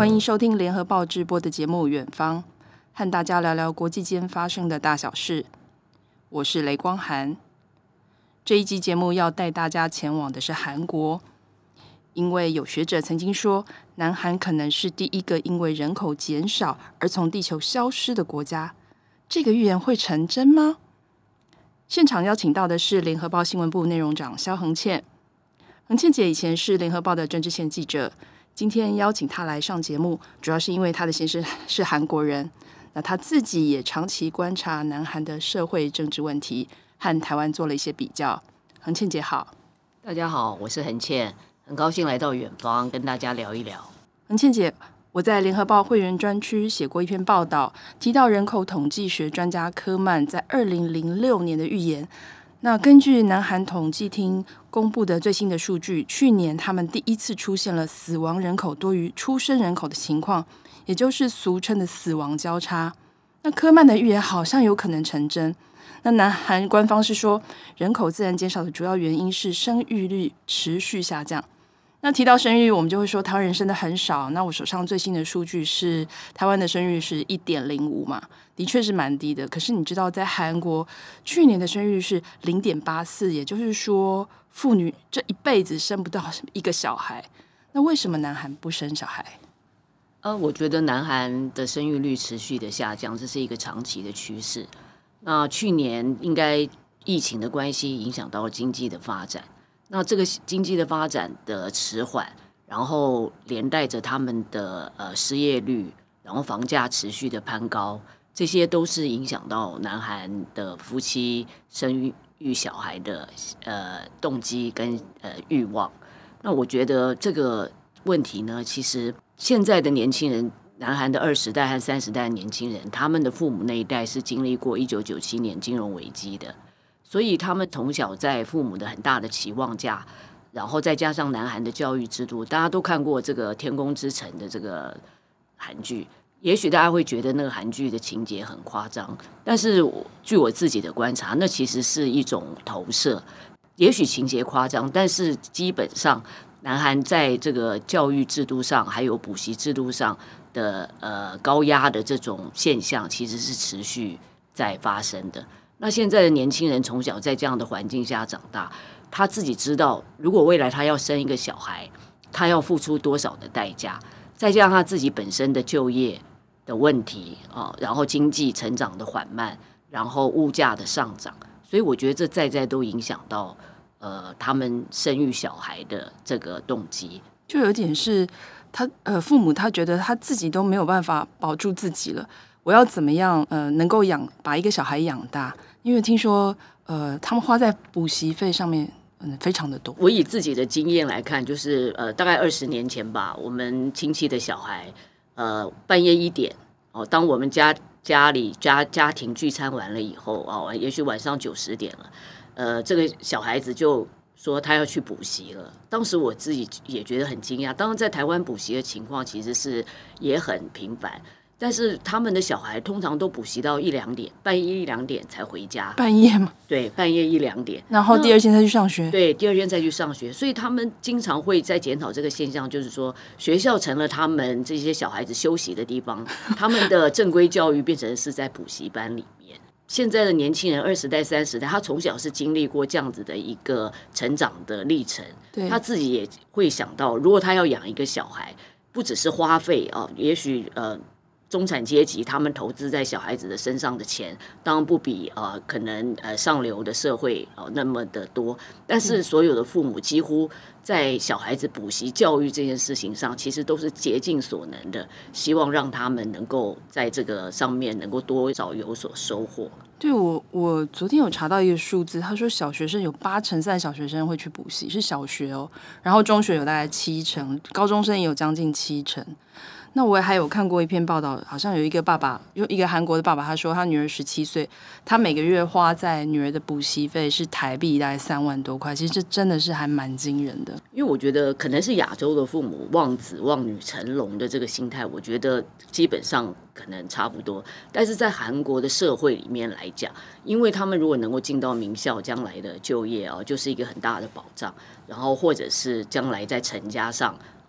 欢迎收听联合报直播的节目《远方》，和大家聊聊国际间发生的大小事。我是雷光涵。这一集节目要带大家前往的是韩国，因为有学者曾经说，南韩可能是第一个因为人口减少而从地球消失的国家。这个预言会成真吗？现场邀请到的是联合报新闻部内容长萧恒倩。恒倩姐以前是联合报的政治线记者，今天邀请她来上节目，主要是因为她的先生是韩国人，那她自己也长期观察南韩的社会政治问题，和台湾做了一些比较。恒倩姐好。 大家好，我是恒倩，很高兴来到远方跟大家聊一聊。 恒倩姐，我在联合报会员专区写过一篇报道，提到人口统计学专家科曼在2006年的预言。那根据南韩统计厅公布的最新的数据，去年他们第一次出现了死亡人口多于出生人口的情况，也就是俗称的死亡交叉。那科曼的预言好像有可能成真。那南韩官方是说，人口自然减少的主要原因是生育率持续下降。那提到生育率，我们就会说台湾人生的很少。那我手上最新的数据是台湾的生育率是 1.05 嘛，的确是蛮低的。可是你知道，在韩国去年的生育率是 0.84， 也就是说妇女这一辈子生不到一个小孩。那为什么南韩不生小孩？ 我觉得南韩的生育率持续的下降，这是一个长期的趋势。那去年应该疫情的关系影响到了经济的发展。那这个经济的发展的迟缓，然后连带着他们的失业率，然后房价持续的攀高，这些都是影响到南韩的夫妻生育小孩的动机跟欲望。那我觉得这个问题呢，其实现在的年轻人，南韩的20代和30代的年轻人，他们的父母那一代是经历过1997年金融危机的。所以他们从小在父母的很大的期望下，然后再加上南韩的教育制度，大家都看过这个《天空之城》的这个韩剧，也许大家会觉得那个韩剧的情节很夸张，但是据我自己的观察，那其实是一种投射。也许情节夸张，但是基本上南韩在这个教育制度上还有补习制度上的高压的这种现象，其实是持续在发生的。那现在的年轻人从小在这样的环境下长大，他自己知道，如果未来他要生一个小孩，他要付出多少的代价，再加上他自己本身的就业的问题啊，然后经济成长的缓慢，然后物价的上涨，所以我觉得这在都影响到他们生育小孩的这个动机。 就有点是他父母他觉得他自己都没有办法保住自己了。我要怎么样能够把一个小孩养大？因为听说他们花在补习费上面非常的多。 我以自己的经验来看，就是大概20年前吧，我们亲戚的小孩半夜1点当我们家庭聚餐完了以后也许晚上9、10点了，这个小孩子就说他要去补习了。当时我自己也觉得很惊讶。当然在台湾补习的情况其实是也很频繁，但是他们的小孩通常都补习到1、2点，半夜1、2点才回家。 半夜吗？ 对，半夜1、2点， 然后第二天再去上学。 对，第二天再去上学。所以他们经常会在检讨这个现象，就是说学校成了他们这些小孩子休息的地方，他们的正规教育变成是在补习班里面。现在的年轻人20代、30代，他从小是经历过这样子的一个成长的历程，他自己也会想到，如果他要养一个小孩，不只是花费也许中产阶级他们投资在小孩子的身上的钱，当然不比可能上流的社会那么的多，但是所有的父母几乎在小孩子补习教育这件事情上，其实都是竭尽所能的，希望让他们能够在这个上面能够多少有所收获。 对，我昨天有查到一个数字，他说小学生有83%小学生会去补习，是小学然后中学有大概70%，高中生也有将近70%。那我还有看过一篇报道，好像有一个爸爸，有一个韩国的爸爸，他说他女儿17岁，他每个月花在女儿的补习费是台币大概3万多块，其实这真的是还蛮惊人的。 因为我觉得可能是亚洲的父母望子望女成龙的这个心态，我觉得基本上可能差不多。但是在韩国的社会里面来讲，因为他们如果能够进到名校，将来的就业就是一个很大的保障，然后或者是将来在成家上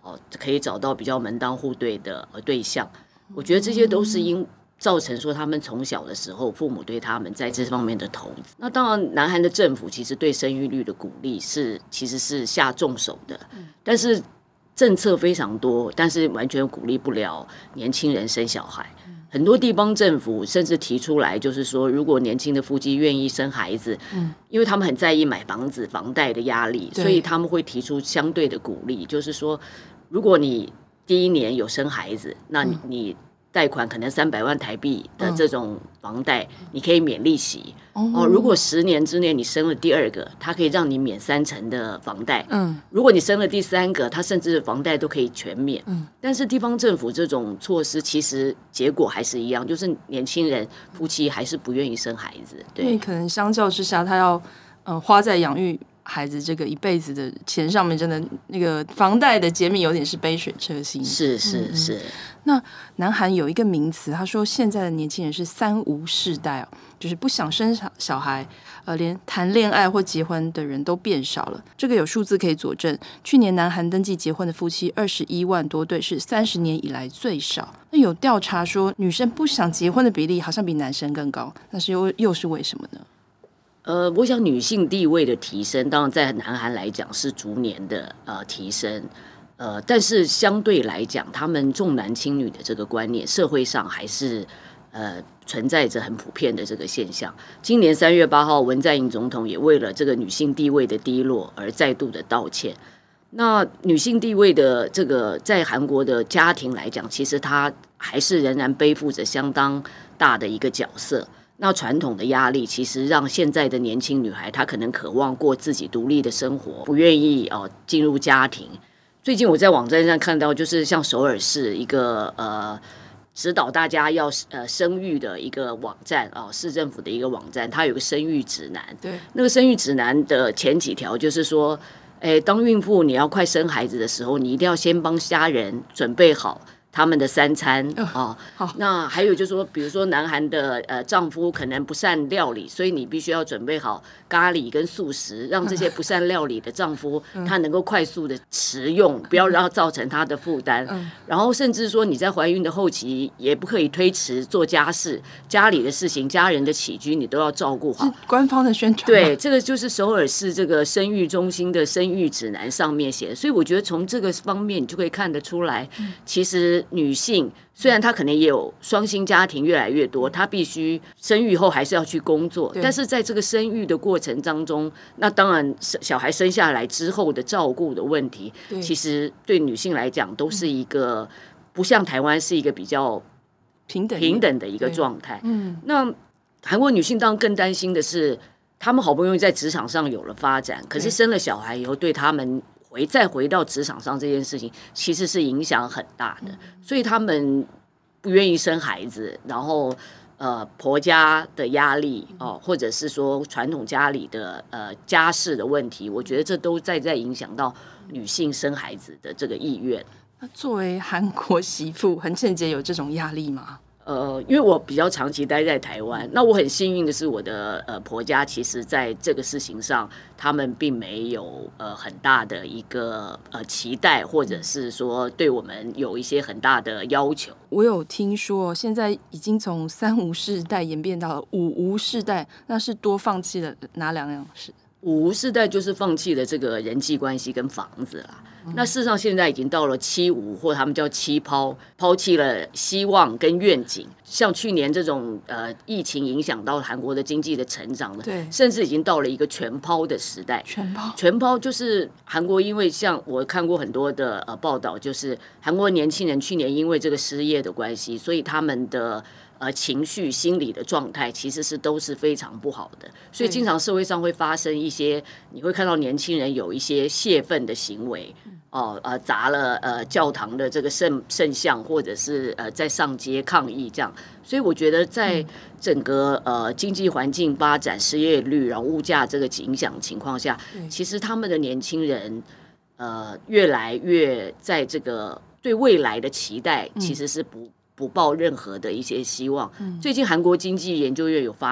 可以找到比较门当户对的对象。我觉得这些都是造成说他们从小的时候父母对他们在这方面的投资。那当然南韩的政府其实对生育率的鼓励其实是下重手的，但是政策非常多，但是完全鼓励不了年轻人生小孩。很多地方政府甚至提出来，就是说，如果年轻的夫妻愿意生孩子，因为他们很在意买房子、房贷的压力，所以他们会提出相对的鼓励，就是说，如果你第一年有生孩子，那你贷款可能300万台币的这种房贷，你可以免利息。如果10年之内你生了第2个，它可以让你免3成的房贷。如果你生了第3个，它甚至房贷都可以全免。但是地方政府这种措施，其实结果还是一样，就是年轻人夫妻还是不愿意生孩子。对， 因为可能相较之下，他要花在养育孩子这个一辈子的钱上面，真的那个房贷的减免有点是杯水车薪。 是。 那南韩有一个名词，他说现在的年轻人是3无世代就是不想生小孩，连谈恋爱或结婚的人都变少了。这个有数字可以佐证。去年南韩登记结婚的夫妻21万多对，是30年以来最少。那有调查说，女生不想结婚的比例好像比男生更高，那是又是为什么呢？ 我想女性地位的提升，当然在南韩来讲是逐年的提升。但是相对来讲，他们重男轻女的这个观念，社会上还是存在着很普遍的这个现象。今年3月8号，文在寅总统也为了这个女性地位的低落而再度的道歉。那女性地位的这个在韩国的家庭来讲，其实她还是仍然背负着相当大的一个角色。那传统的压力其实让现在的年轻女孩，她可能渴望过自己独立的生活，不愿意进入家庭。最近我在网站上看到，就是像首尔市一个指导大家要生育的一个网站市政府的一个网站，它有个生育指南。 对， 那个生育指南的前几条就是说，当孕妇你要快生孩子的时候，你一定要先帮家人准备好他们的3餐那还有就是说，比如说南韩的丈夫可能不善料理，所以你必须要准备好咖喱跟素食，让这些不善料理的丈夫他能够快速的食用，不要让他造成他的负担。然后甚至说你在怀孕的后期也不可以推迟做家事，家里的事情、家人的起居你都要照顾好。 是官方的宣传。 对，这个就是首尔市这个生育中心的生育指南上面写的。所以我觉得从这个方面你就可以看得出来，其实女性虽然她可能也有双薪家庭越来越多，她必须生育后还是要去工作，但是在这个生育的过程当中，那当然小孩生下来之后的照顾的问题，其实对女性来讲都是一个不像台湾是一个比较平等的一个状态。那韩国女性当然更担心的是，她们好不容易在职场上有了发展，可是生了小孩以后对她们再回到职场上这件事情其实是影响很大的，所以他们不愿意生孩子，然后婆家的压力或者是说传统家里的家事的问题，我觉得这都在影响到女性生孩子的这个意愿。 那作为韩国媳妇，恒倩姐有这种压力吗？ 因为我比较长期待在台湾，那我很幸运的是，我的婆家其实在这个事情上，他们并没有很大的一个期待，或者是说对我们有一些很大的要求。 我有听说，现在已经从3无世代演变到了5无世代，那是多放弃了哪2样事？5 无世代就是放弃了这个人际关系跟房子啦。那事实上现在已经到了7无，或他们叫7抛，抛弃了希望跟愿景。像去年这种疫情影响到韩国的经济的成长呢，甚至已经到了一个全抛的时代。全抛就是韩国，因为像我看过很多的报道，就是韩国年轻人去年因为这个失业的关系，所以他们的情绪、心理的状态其实都是非常不好的，所以经常社会上会发生一些，你会看到年轻人有一些泄愤的行为，砸了教堂的这个圣像，或者是在上街抗议这样。所以我觉得在整个经济环境发展、失业率，然后物价这个影响情况下，其实他们的年轻人越来越在这个对未来的期待，其实是不抱任何的一些希望。最近韩国经济研究院有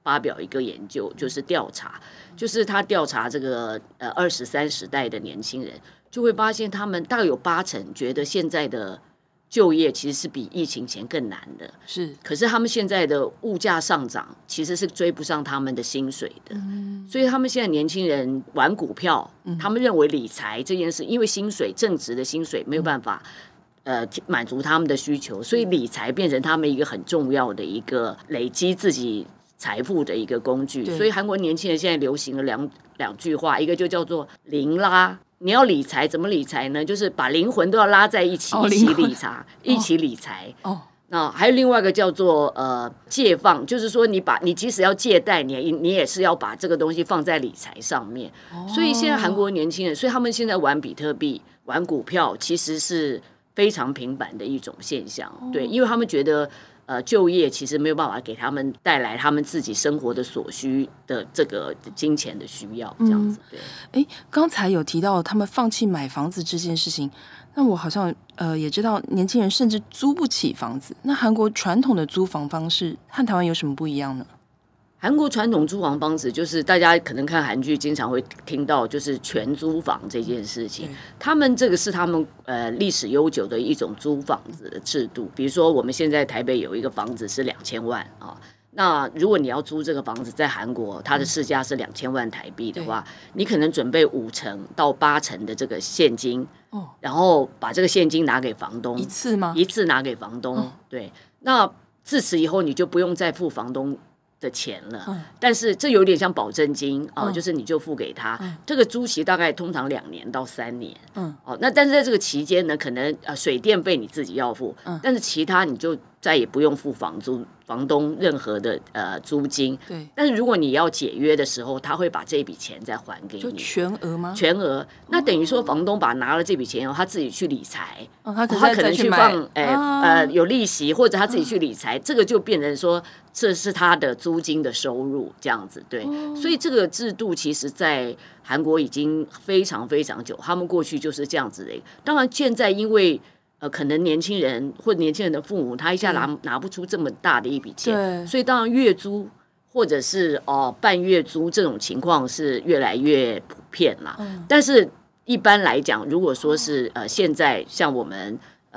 发表一个研究，就是调查，就是他调查这个20、30代的年轻人，就会发现他们大概有80%觉得现在的就业其实是比疫情前更难的， 是， 可是他们现在的物价上涨其实是追不上他们的薪水的，所以他们现在年轻人玩股票，他们认为理财这件事，因为薪水正职的薪水没有办法。满足他们的需求，所以理财变成他们一个很重要的一个累积自己财富的一个工具。所以韩国年轻人现在流行了两句话，一个就叫做零拉。你要理财怎么理财呢？就是把灵魂都要拉在一起，一起理财，一起理财。那还有另外一个叫做借放，就是说你即使要借贷，你也是要把这个东西放在理财上面。所以现在韩国年轻人，所以他们现在玩比特币、玩股票，其实是非常频繁的一种现象，对，因为他们觉得就业其实没有办法给他们带来他们自己生活的所需的这个金钱的需要，这样子。 对，刚才有提到他们放弃买房子这件事情，那我好像也知道年轻人甚至租不起房子。那韩国传统的租房方式和台湾有什么不一样呢？ 韩国传统租房方式就是大家可能看韩剧经常会听到，就是全租房这件事情。他们这个是他们历史悠久的一种租房子的制度。比如说我们现在台北有一个房子是2000万啊，那如果你要租这个房子，在韩国它的市价是2000万台币的话，你可能准备50%到80%的这个现金，然后把这个现金拿给房东。 一次吗？ 一次拿给房东。对，那自此以后你就不用再付房东的钱了，但是这有点像保证金就是你就付给他，这个租期大概通常2年到3年，那但是在这个期间呢，可能水电费你自己要付，但是其他你就再也不用付房东任何的租金。 对， 但是如果你要解约的时候，他会把这笔钱再还给你。 就全额吗？ 全额。那等于说房东拿了这笔钱以后，他自己去理财， 他可能去放有利息，或者他自己去理财，这个就变成说这是他的租金的收入，这样子。对，所以这个制度其实在韩国已经非常非常久，他们过去就是这样子的。当然现在因为可能年轻人或年轻人的父母，他一下拿不出这么大的一笔钱，所以当然月租或者是半月租这种情况是越来越普遍啦。但是一般来讲，如果说是现在像我们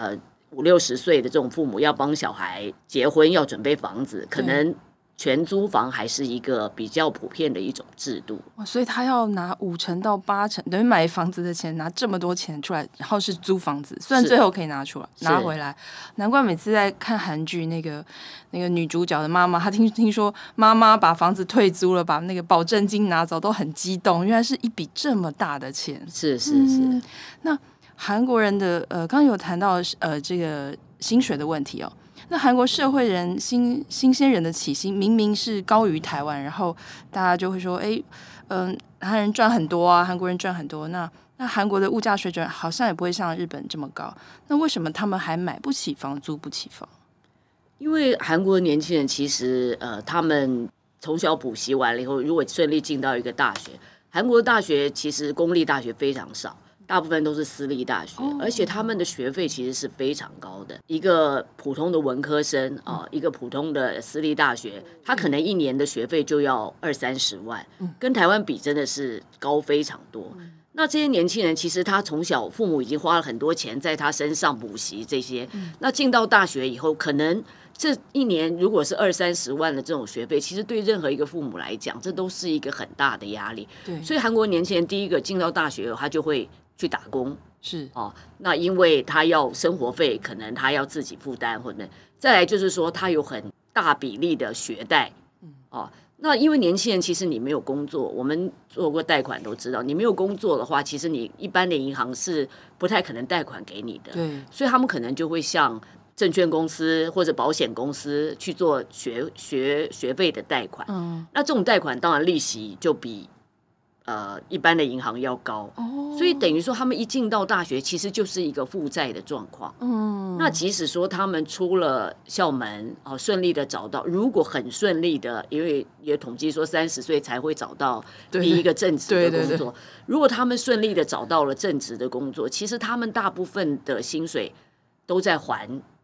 50、60岁的这种父母要帮小孩结婚，要准备房子，可能全租房还是一个比较普遍的一种制度。 所以他要拿50%到80%，等于买房子的钱拿这么多钱出来，然后是租房子，虽然最后可以拿回来。难怪每次在看韩剧，那个女主角的妈妈，她听说妈妈把房子退租了，把那个保证金拿走，都很激动，原来是一笔这么大的钱。 是。 那韩国人的刚刚有谈到这个薪水的问题哦。那韩国社会人新鲜人的起薪明明是高于台湾，然后大家就会说，韩人赚很多啊，韩国人赚很多。那韩国的物价水准好像也不会像日本这么高，那为什么他们还买不起房，租不起房？ 因为韩国的年轻人其实他们从小补习完了以后，如果顺利进到一个大学，韩国的大学其实公立大学非常少。大部分都是私立大学，而且他们的学费其实是非常高的。一个普通的文科生一个普通的私立大学，他可能1年的学费就要20-30万，跟台湾比真的是高非常多。那这些年轻人其实他从小父母已经花了很多钱在他身上补习这些，那进到大学以后，可能这1年如果是20-30万的这种学费，其实对任何一个父母来讲，这都是一个很大的压力。所以韩国年轻人第一个进到大学，他就会去打工，那因为他要生活费，可能他要自己负担，或者再来就是说他有很大比例的学贷，那因为年轻人其实你没有工作，我们做过贷款都知道，你没有工作的话，其实你一般的银行是不太可能贷款给你的，所以他们可能就会向证券公司或者保险公司去做学费的贷款，那这种贷款当然利息就比一般的银行要高，所以等于说他们一进到大学，其实就是一个负债的状况。那即使说他们出了校门，顺利的找到，如果很顺利的，因为也统计说30岁才会找到第一个正职的工作，如果他们顺利的找到了正职的工作，其实他们大部分的薪水都在还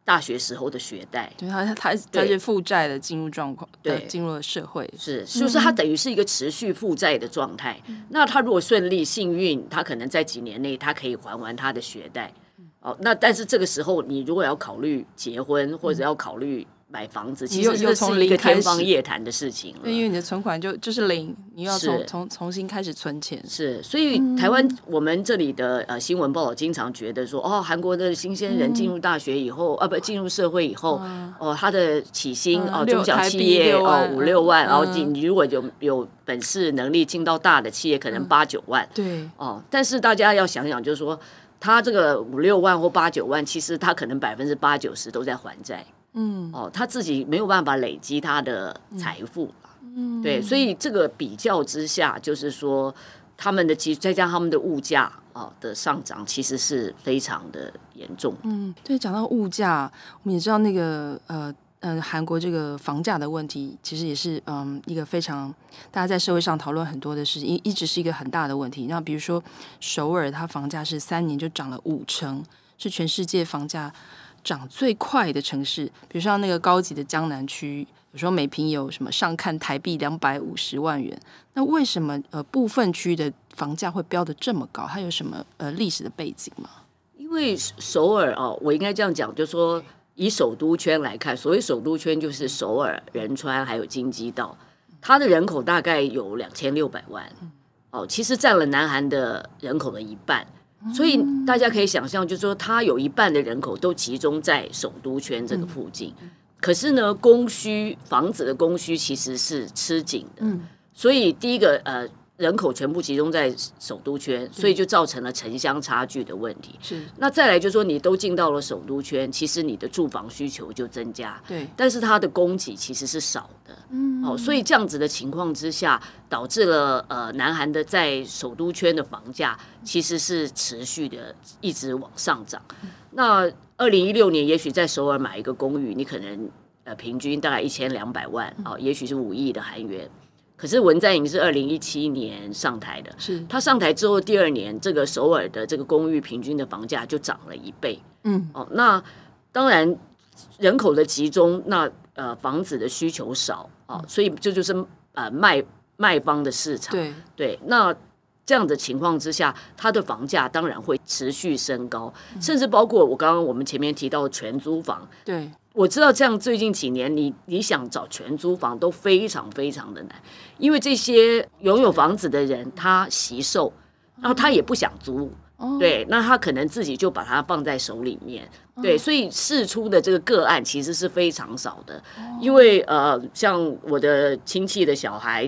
大学时候的学贷， 对他是负债的进入状况，对，进入了社会， 就是他等于是一个持续负债的状态。那他如果顺利幸运，他可能在几年内他可以还完他的学贷。那但是这个时候你如果要考虑结婚或者要考虑买房子，其实这是一个天方夜谭的事情了。 对，因为你的存款就是零，你要重新开始存钱。 是，所以台湾我们这里的新闻报道经常觉得说，韩国的新鲜人进入大学以后，进入社会以后，他的起薪中小企业5-6万，然后你如果有本事能力进到大的企业，可能8-9万。 对， 但是大家要想想，就是说他这个5-6万或8-9万，其实他可能80%-90%都在还债。他自己没有办法累积他的财富，对，所以这个比较之下，就是说他们的再加上他们的物价的上涨，其实是非常的严重。 对，讲到物价，我们也知道那个韩国这个房价的问题，其实也是一个非常大家在社会上讨论很多的事情，一直是一个很大的问题。那比如说首尔，它房价是3年就涨了5成，是全世界房价涨最快的城市。比如像那个高级的江南区，有时候每平有什么上看台币250万元。那为什么部分区的房价会飙得这么高？它有什么历史的背景吗？ 因为首尔我应该这样讲，就是说以首都圈来看，所谓首都圈就是首尔、仁川还有京畿道，它的人口大概有2600万，其实占了南韩的人口的一半。所以大家可以想象，就是说它有一半的人口都集中在首都圈这个附近。可是呢，房子的供需其实是吃紧的。所以第一个人口全部集中在首都圈，所以就造成了城乡差距的问题。 是。 那再来就是说，你都进到了首都圈，其实你的住房需求就增加。 对。 但是它的供给其实是少的。所以这样子的情况之下，导致了南韩的在首都圈的房价其实是持续的一直往上涨。那2016年，也许在首尔买一个公寓，你可能平均大概1200万也许是5亿的韩元。可是文在寅是2017年上台的， 是他上台之后第2年，这个首尔的这个公寓平均的房价就涨了1倍。那当然人口的集中，那房子的需求少所以这就是卖方的市场。对，那这样的情况之下，它的房价当然会持续升高，甚至包括我们前面提到的全租房。 对。 我知道这样最近几年你想找全租房都非常非常的难，因为这些拥有房子的人他惜售，然后他也不想租，对，那他可能自己就把它放在手里面，对，所以释出的这个个案其实是非常少的。因为像我的亲戚的小孩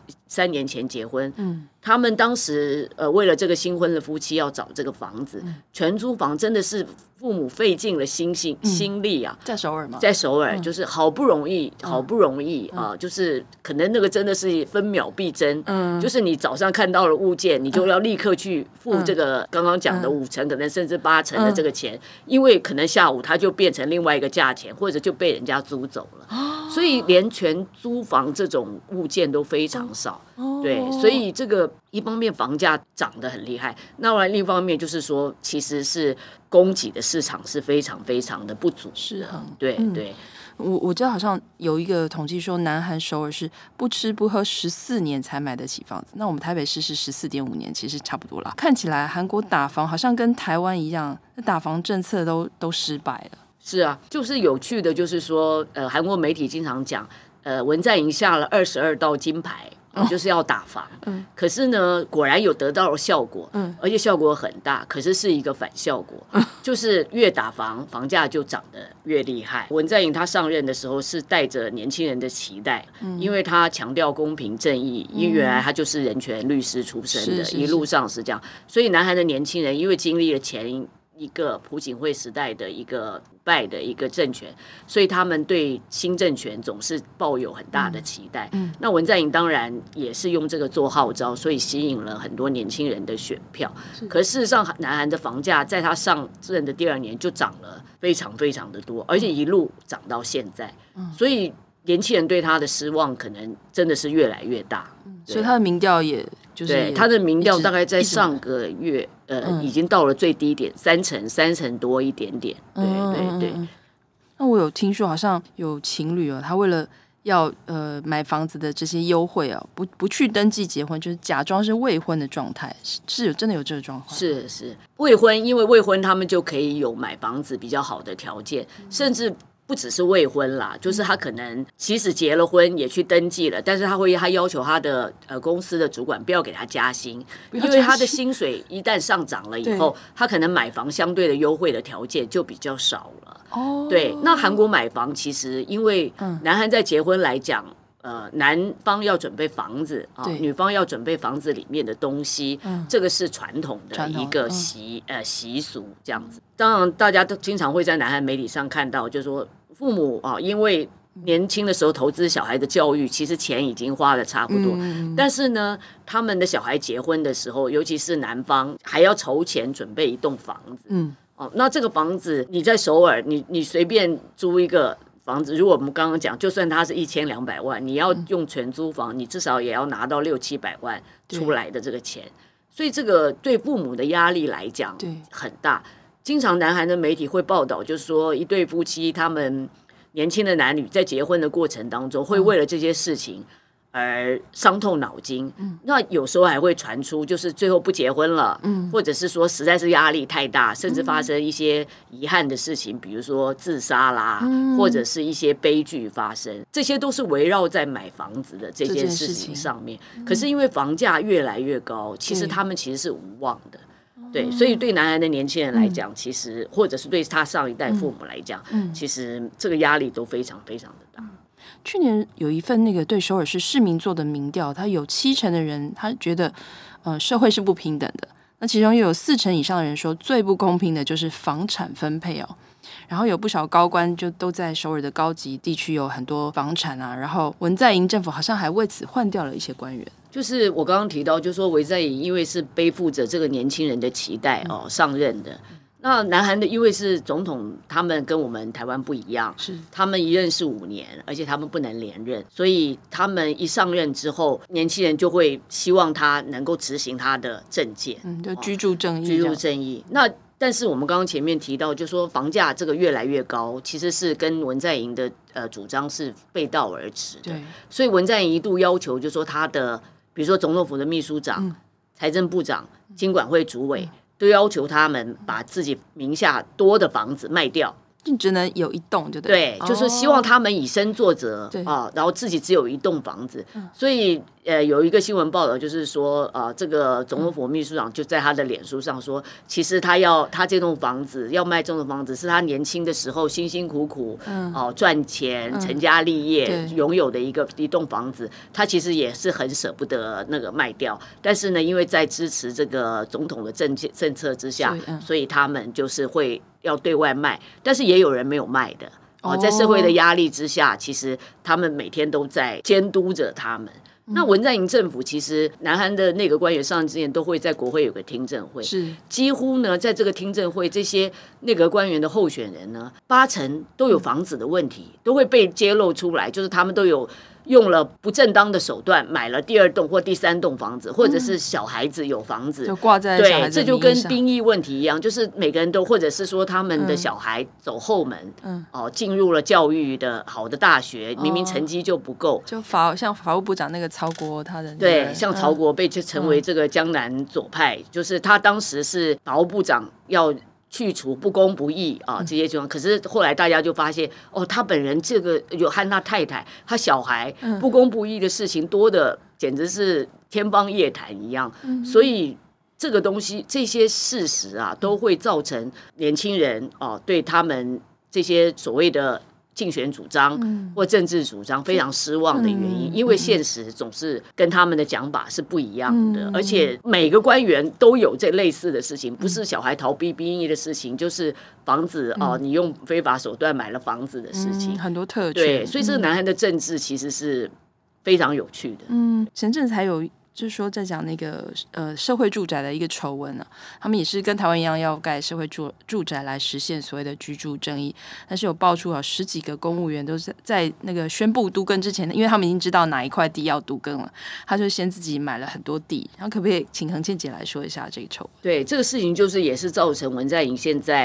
3年前结婚，他们当时为了这个新婚的夫妻要找这个房子，全租房真的是父母费尽了心力啊。 在首尔吗？ 在首尔，就是好不容易就是可能那个真的是分秒必争，就是你早上看到了物件，你就要立刻去付这个刚刚讲的5成，可能甚至8成的这个钱，因为可能下午它就变成另外一个价钱，或者就被人家租走了，所以连全租房这种物件都非常少。对，所以这个一方面房价涨得很厉害，那另一方面就是说，其实是供给的市场是非常非常的不足失衡。 对对。 我知道好像有一个统计说，南韩首尔是不吃不喝14年才买得起房子，那我们台北市是14.5年，其实差不多啦。看起来韩国打房好像跟台湾一样，打房政策都失败了。 是啊，就是有趣的，就是说，韩国媒体经常讲，文在寅下了22道金牌。就是要打房，可是呢，果然有得到了效果，而且效果很大，可是是一个反效果，就是越打房，房价就涨得越厉害。文在寅他上任的时候是带着年轻人的期待，因为他强调公平正义，因为原来他就是人权律师出身的，一路上是这样，所以南韩的年轻人因为经历了前一个朴槿惠时代的一个败的一个政权，所以他们对新政权总是抱有很大的期待。那文在寅当然也是用这个做号召，所以吸引了很多年轻人的选票。可是事实上，南韩的房价在他上任的第2年就涨了非常非常的多，而且一路涨到现在。所以年轻人对他的失望可能真的是越来越大。 所以他的民调也就是对他的民调大概在上个月已经到了最低点，3成多一点点。对对对。 那我有听说好像有情侣他为了要买房子的这些优惠不去登记结婚，就是假装是未婚的状态，是真的有这个状况？ 是未婚，因为未婚他们就可以有买房子比较好的条件，甚至不只是未婚啦，就是他可能即使结了婚也去登记了，但是他要求他的公司的主管不要给他加薪，因为他的薪水一旦上涨了以后，他可能买房相对的优惠的条件就比较少了。对，那韩国买房其实因为南韩在结婚来讲，男方要准备房子女方要准备房子里面的东西，这个是传统的一个习俗这样子。当然，大家都经常会在南韩媒体上看到，就是说父母因为年轻的时候投资小孩的教育，其实钱已经花的差不多，但是呢，他们的小孩结婚的时候，尤其是男方还要筹钱准备一栋房子。那这个房子你在首尔，你随便租一个房子，如果我们刚刚讲，就算它是1200万，你要用全租房，你至少也要拿到600-700万出来的这个钱，所以这个对父母的压力来讲很大。经常南韩的媒体会报道，就是说一对夫妻他们年轻的男女在结婚的过程当中，会为了这些事情而伤透脑筋。那有时候还会传出就是最后不结婚了，或者是说实在是压力太大，甚至发生一些遗憾的事情，比如说自杀啦，或者是一些悲剧发生，这些都是围绕在买房子的这件事情上面。可是因为房价越来越高，其实他们其实是无望的。对，所以对南韩的年轻人来讲，其实或者是对他上一代父母来讲，其实这个压力都非常非常的大。 去年有一份那个对首尔市市民做的民调，他有70%的人他觉得社会是不平等的，那其中又有40%以上的人说最不公平的就是房产分配然后有不少高官就都在首尔的高级地区有很多房产然后文在寅政府好像还为此换掉了一些官员。 就是我刚刚提到，就是说文在寅因为是背负着这个年轻人的期待上任的。那南韩的因为是总统，他们跟我们台湾不一样， 是他们一任是5年，而且他们不能连任，所以他们一上任之后，年轻人就会希望他能够执行他的政见， 就居住正义。 那但是我们刚刚前面提到，就说房价这个越来越高，其实是跟文在寅的主张是背道而驰的。所以文在寅一度要求，就说他的比如说总统府的秘书长、财政部长、金管会主委，都要求他们把自己名下多的房子卖掉， 就只能有一栋就对，就是希望他们以身作则然后自己只有一栋房子。所以有一个新闻报道，就是说这个总统府秘书长就在他的脸书上说，其实他这栋房子要卖这栋房子，是他年轻的时候辛辛苦苦赚钱、成家立业拥有的一栋房子，他其实也是很舍不得那个卖掉。但是呢，因为在支持这个总统的政策之下，所以他们就是会要对外卖，但是也有人没有卖的在社会的压力之下，其实他们每天都在监督着他们。那文在寅政府其实南韩的内阁官员上任之前都会在国会有个听证会， 是几乎呢在这个听证会，这些内阁官员的候选人呢，80%都有房子的问题，都会被揭露出来，就是他们都有用了不正当的手段买了第2栋或第3栋房子，或者是小孩子有房子就挂在小孩子的名义上。 对，这就跟兵役问题一样，就是每个人都，或者是说他们的小孩走后门，进入了教育的好的大学，明明成绩就不够， 就像法务部长那个曹国他的对，像曹国被成为这个江南左派，就是他当时是法务部长要去除不公不义这些情况，可是后来大家就发现他本人这个有和他太太、他小孩不公不义的事情多的简直是天方夜谭一样，所以这个东西这些事实都会造成年轻人对他们这些所谓的竞选主张或政治主张非常失望的原因，因为现实总是跟他们的讲法是不一样的，而且每个官员都有这类似的事情，不是小孩逃避兵役的事情，就是房子你用非法手段买了房子的事情， 很多特权。 对，所以这个南韩的政治其实是非常有趣的。 前阵子还有就是说在讲那个社会住宅的一个丑闻他们也是跟台湾一样要盖社会住宅来实现所谓的居住正义，但是有爆出10几个公务员都是在那个宣布都更之前，因为他们已经知道哪一块地要都更了，他就先自己买了很多地。然后可不可以请恒倩姐来说一下这个丑闻？ 对，这个事情就是也是造成文在寅现在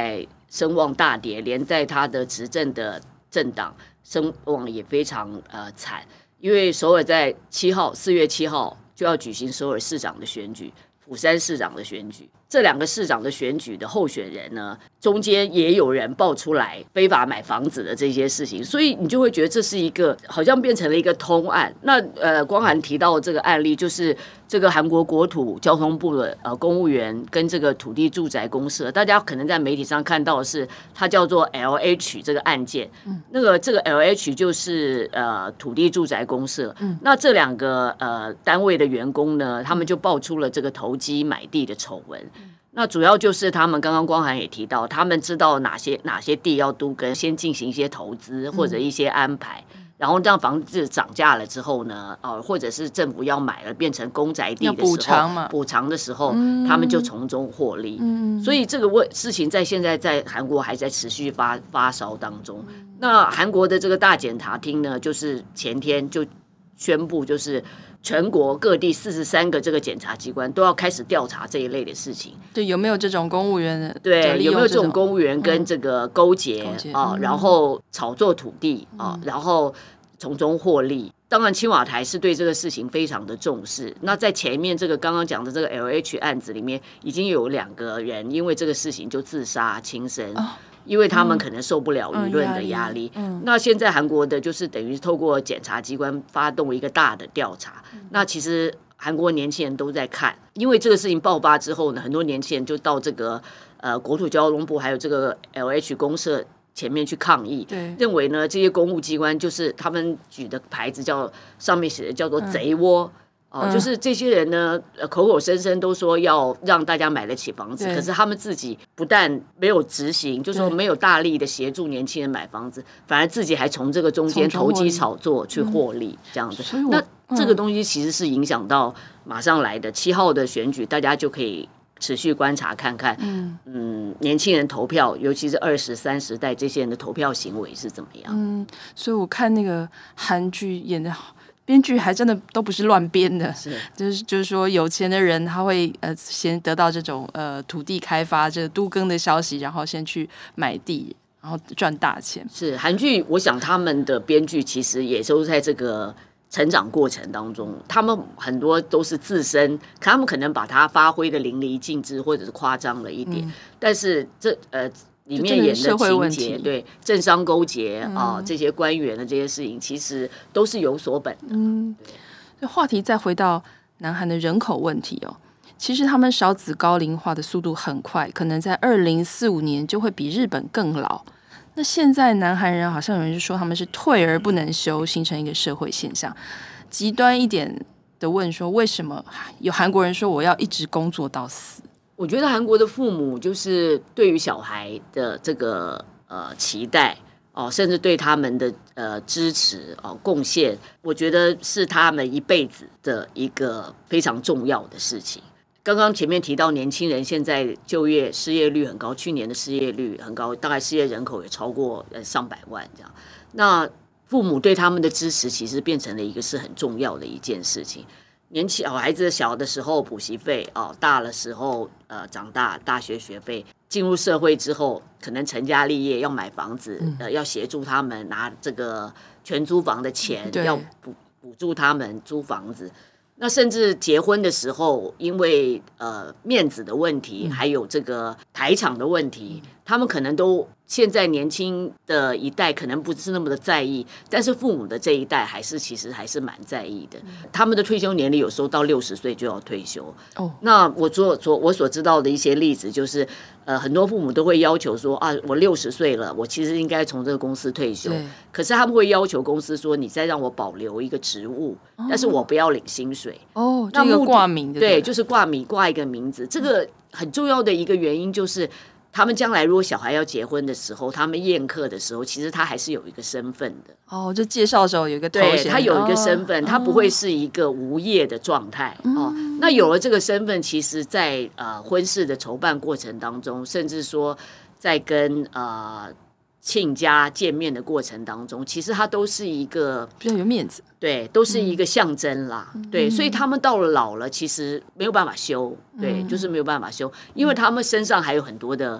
声望大跌，连在他的执政的政党声望也非常惨，因为首尔在4月7号就要举行首尔市长的选举，釜山市长的选举，这2个市长的选举的候选人呢，中间也有人爆出来非法买房子的这些事情，所以你就会觉得这是一个好像变成了一个通案。那光涵提到这个案例，就是这个韩国国土交通部的公务员跟这个土地住宅公社，大家可能在媒体上看到的是它叫做 LH 这个案件，这个 LH 就是土地住宅公社，那这2个单位的员工呢，他们就爆出了这个投机买地的丑闻。那主要就是他们刚刚光涵也提到，他们知道哪些地要都更，先进行一些投资或者一些安排，然后让房子涨价了之后呢，或者是政府要买了变成公宅地的时候，补偿的时候，他们就从中获利。所以这个事情现在在韩国还在持续发烧当中。那韩国的这个大检察厅呢，就是前天就宣布，就是全国各地43个这个检察机关都要开始调查这一类的事情。 对，有没有这种公务员的？ 对，有没有这种公务员跟这个勾结然后炒作土地然后从中获利。当然，青瓦台是对这个事情非常的重视。那在前面这个刚刚讲的这个 LH 案子里面，已经有2个人因为这个事情就自杀轻生。因为他们可能受不了舆论的压力。那现在韩国的就是等于透过检察机关发动一个大的调查。那其实韩国年轻人都在看，因为这个事情爆发之后呢，很多年轻人就到这个国土交通部还有这个 LH 公社前面去抗议，认为呢这些公务机关就是他们举的牌子上面写的叫做贼窝。就是这些人呢，口口声声都说要让大家买得起房子，可是他们自己不但没有执行，就说没有大力的协助年轻人买房子，反而自己还从这个中间投机炒作去获利，这样子。那这个东西其实是影响到马上来的7号的选举，大家就可以持续观察看看，年轻人投票，尤其是20、30代这些人的投票行为是怎么样。 所以我看那个韩剧演的好。编剧还真的都不是乱编的，就是说有钱的人他会先得到这种土地开发这个都更的消息，然后先去买地，然后赚大钱。 是韩剧，我想他们的编剧其实也都在这个成长过程当中，他们很多都是自身，他们可能把它发挥的淋漓尽致，或者是夸张了一点，但是里面演的情节，对政商勾结这些官员的这些事情，其实都是有所本的。 话题再回到南韩的人口问题其实他们少子高龄化的速度很快，可能在2045年就会比日本更老。那现在南韩人好像有人就说他们是退而不能休，形成一个社会现象。极端一点的问说，为什么有韩国人说我要一直工作到死？ 我觉得韩国的父母就是对于小孩的这个期待甚至对他们的支持贡献，我觉得是他们一辈子的一个非常重要的事情。刚刚前面提到年轻人现在就业失业率很高，去年的失业率很高，大概失业人口也超过上百万这样。那父母对他们的支持其实变成了一个是很重要的一件事情。小孩子小的时候补习费大的时候长大大学学费，进入社会之后可能成家立业要买房子要协助他们拿这个全租房的钱，要补助他们租房子。那甚至结婚的时候，因为面子的问题，还有这个台场的问题，他们可能都现在年轻的一代可能不是那么的在意，但是父母的这一代其实还是蛮在意的。他们的退休年龄有时候到60岁就要退休。那我所知道的一些例子就是，很多父母都会要求说我60岁了，我其实应该从这个公司退休，可是他们会要求公司说，你再让我保留一个职务，但是我不要领薪水。 这个挂名的， 对，就是挂一个名字。这个很重要的一个原因就是，他们将来如果小孩要结婚的时候，他们宴客的时候，其实他还是有一个身份的。就介绍的时候有一个头衔， 对，他有一个身份，他不会是一个无业的状态。那有了这个身份，其实在婚事的筹办过程当中，甚至说在跟亲家见面的过程当中，其实他都是一个比较有面子， 对，都是一个象征啦。对，所以他们到了老了，其实没有办法休，对，就是没有办法休，因为他们身上还有很多的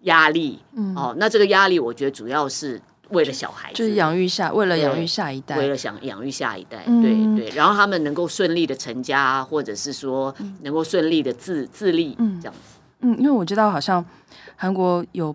压力。那这个压力我觉得主要是为了小孩子， 就是为了养育下一代， 为了想养育下一代，对，然后他们能够顺利的成家，或者是说能够顺利的自立，这样子。 因为我知道好像韩国有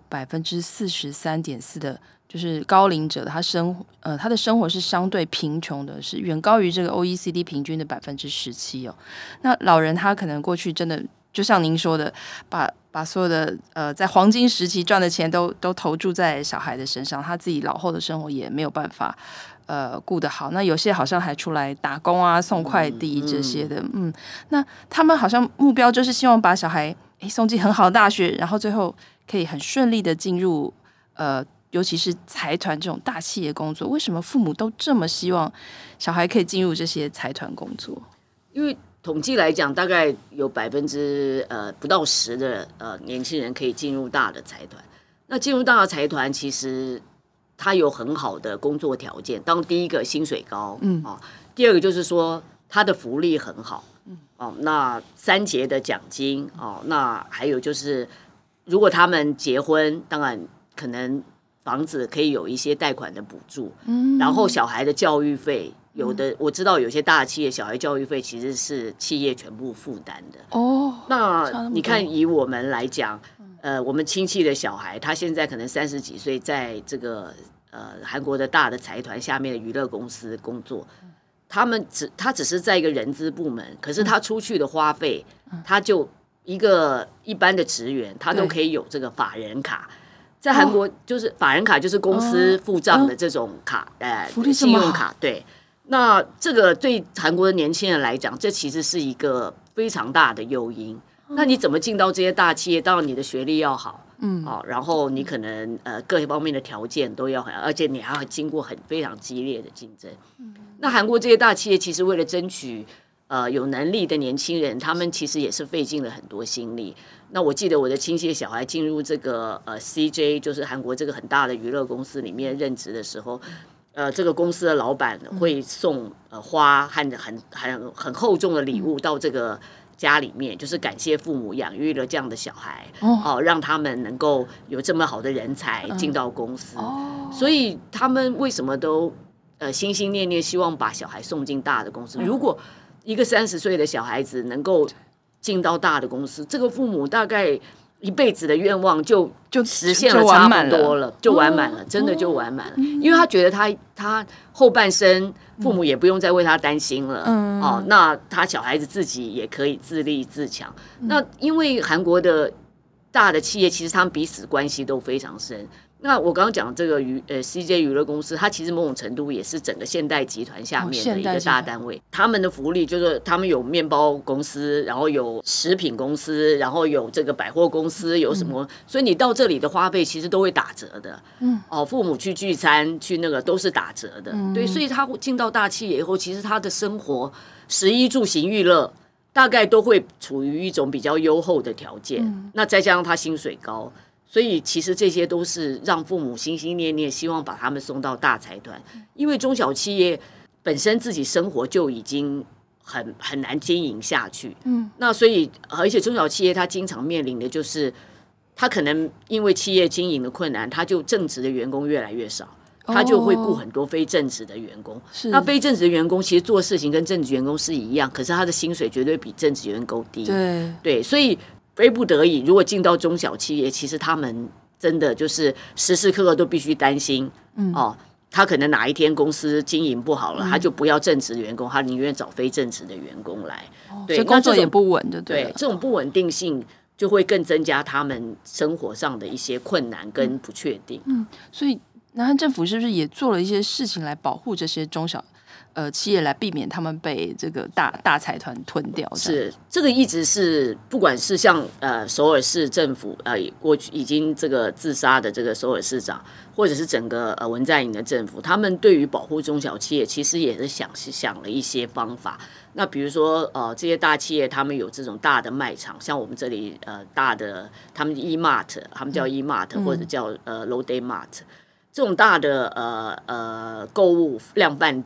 43.4%的，就是高龄者的他的生活是相对贫穷的，是远高于这个 OECD 平均的17%哦。那老人他可能过去真的就像您说的，把所有的在黄金时期赚的钱都投注在小孩的身上，他自己老后的生活也没有办法顾得好。那有些好像还出来打工啊、送快递这些的，那他们好像目标就是希望把小孩送进很好的大学，然后最后可以很顺利的进入尤其是财团这种大企业工作。为什么父母都这么希望小孩可以进入这些财团工作？ 因为统计来讲，大概有不到10%的年轻人可以进入大的财团。那进入大的财团，其实他有很好的工作条件。当第一个薪水高，第二个就是说他的福利很好，那3节的奖金，那还有就是如果他们结婚，当然可能房子可以有一些贷款的补助，然后小孩的教育费。有的我知道，有些大企业小孩教育费其实是企业全部负担的。那你看以我们来讲，我们亲戚的小孩，他现在可能30几岁，在这个韩国的大的财团下面的娱乐公司工作，他只是在一个人资部门，可是他出去的花费，他就一个一般的职员，他都可以有这个法人卡。在韩国，就是法人卡就是公司付账的这种卡，信用卡，对。那这个对韩国的年轻人来讲，这其实是一个非常大的诱因。那你怎么进到这些大企业？当然你的学历要好，然后你可能各方面的条件都要好，而且你还要经过非常激烈的竞争。那韩国这些大企业其实为了争取有能力的年轻人，他们其实也是费尽了很多心力。那我记得我的亲戚的小孩进入这个CJ， 就是韩国这个很大的娱乐公司里面任职的时候。这个公司的老板会送花和很厚重的礼物到这个家里面，就是感谢父母养育了这样的小孩，让他们能够有这么好的人才进到公司。所以他们为什么都心心念念希望把小孩送进大的公司？如果一个30岁的小孩子能够进到大的公司，这个父母大概一辈子的愿望就实现了，差不多了，就完满了，真的就完满了。因为他觉得他后半生父母也不用再为他担心了，那他小孩子自己也可以自立自强。那因为韩国的大的企业其实他们彼此关系都非常深。那我刚刚讲这个CJ 娱乐公司，它其实某种程度也是整个现代集团下面的一个大单位。他们的福利就是他们有面包公司，然后有食品公司，然后有这个百货公司，有什么？所以你到这里的花费其实都会打折的。父母去聚餐去那个都是打折的。对，所以他进到大企业以后，其实他的生活食衣住行娱乐大概都会处于一种比较优厚的条件。那再加上他薪水高。所以其实这些都是让父母心心念念希望把他们送到大财团，因为中小企业本身自己生活就已经很难经营下去。那所以而且中小企业它经常面临的就是它可能因为企业经营的困难，它就正职的员工越来越少，他就会雇很多非正职的员工。那非正职的员工其实做事情跟正职员工是一样，可是他的薪水绝对比正职员工低。对，所以非不得已，如果进到中小企业，其实他们真的就是时时刻刻都必须担心，他可能哪一天公司经营不好了，他就不要正职员工，他宁愿找非正职的员工来。对， 所以工作也不稳，对， 这种不稳定性就会更增加他们生活上的一些困难跟不确定。 所以南韩政府是不是也做了一些事情来保护这些中小企业，来避免他们被这个大财团吞掉？ 是，这个一直是不管是像首尔市政府过去已经这个自杀的这个首尔市长，或者是整个文在寅的政府，他们对于保护中小企业其实也是想了一些方法。那比如说这些大企业他们有这种大的卖场，像我们这里大的他们 E-Mart， 他们叫 E-Mart，或者叫Lotte Mart。这种大的购物量贩店，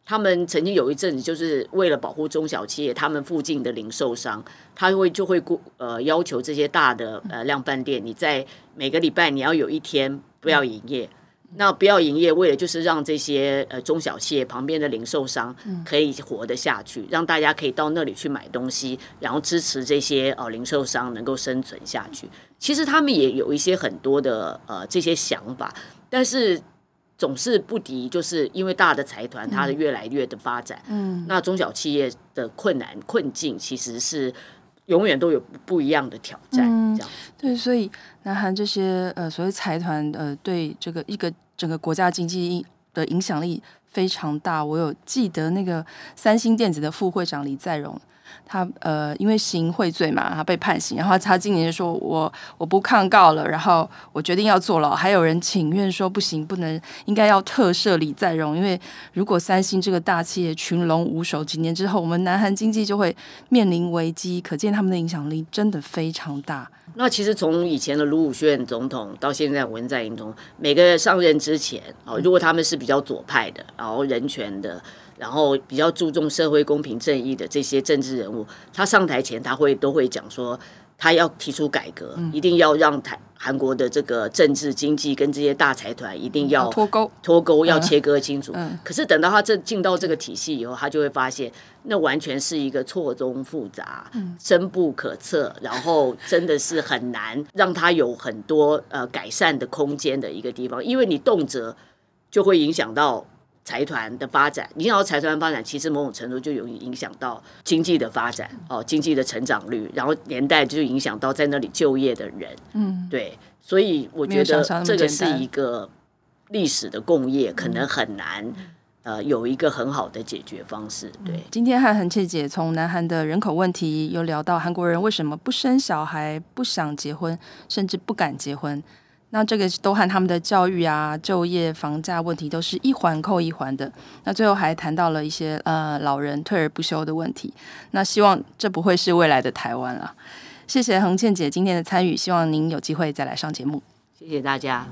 他们曾经有一阵子就是为了保护中小企业，他们附近的零售商，他就会要求这些大的量贩店，你在每个礼拜你要有一天不要营业。那不要营业，为了就是让这些中小企业旁边的零售商可以活得下去，让大家可以到那里去买东西，然后支持这些零售商能够生存下去。其实他们也有一些很多的这些想法，但是总是不敌，就是因为大的财团它的越来越的发展，那中小企业的困境其实是永远都有不一样的挑战，这样对，所以南韩这些所谓财团对这个整个国家经济的影响力非常大。我有记得那个三星电子的副会长李在镕，他因为行贿罪嘛，他被判刑，然后他今年就说我不抗告了，然后我决定要坐牢。还有人请愿说不行，不能，应该要特赦李在镕，因为如果三星这个大企业群龙无首，几年之后我们南韩经济就会面临危机，可见他们的影响力真的非常大。 那其实从以前的卢武铉总统到现在文在寅总统，每个上任之前，如果他们是比较左派的，然后人权的，然后比较注重社会公平正义的这些政治人物，他上台前都会讲说，他要提出改革，一定要让韩国的这个政治经济跟这些大财团一定要脱钩，要切割清楚。可是等到他进到这个体系以后，他就会发现那完全是一个错综复杂、深不可测，然后真的是很难让他有很多改善的空间的一个地方，因为你动辄就会影响到财团的发展，影响到财团的发展，其实某种程度就有影响到经济的发展，经济的成长率，然后连带就影响到在那里就业的人。对，所以我觉得这个是一个历史的共业，可能很难有一个很好的解决方式。对， 今天和恒切姐从南韩的人口问题，又聊到韩国人为什么不生小孩、不想结婚，甚至不敢结婚。那这个都和他们的教育啊、就业、房价问题都是一环扣一环的。那最后还谈到了一些老人退而不休的问题。那希望这不会是未来的台湾了。谢谢恒倩姐今天的参与，希望您有机会再来上节目。 谢谢大家。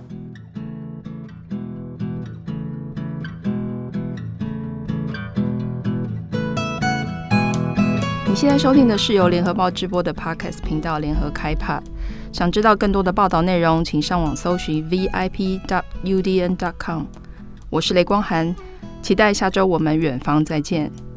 你现在收听的是由联合报直播的 Podcast 频道联合开 Pod。想知道更多的报道内容，请上网搜寻 vip.udn.com。我是雷光涵，期待下周我们远方再见。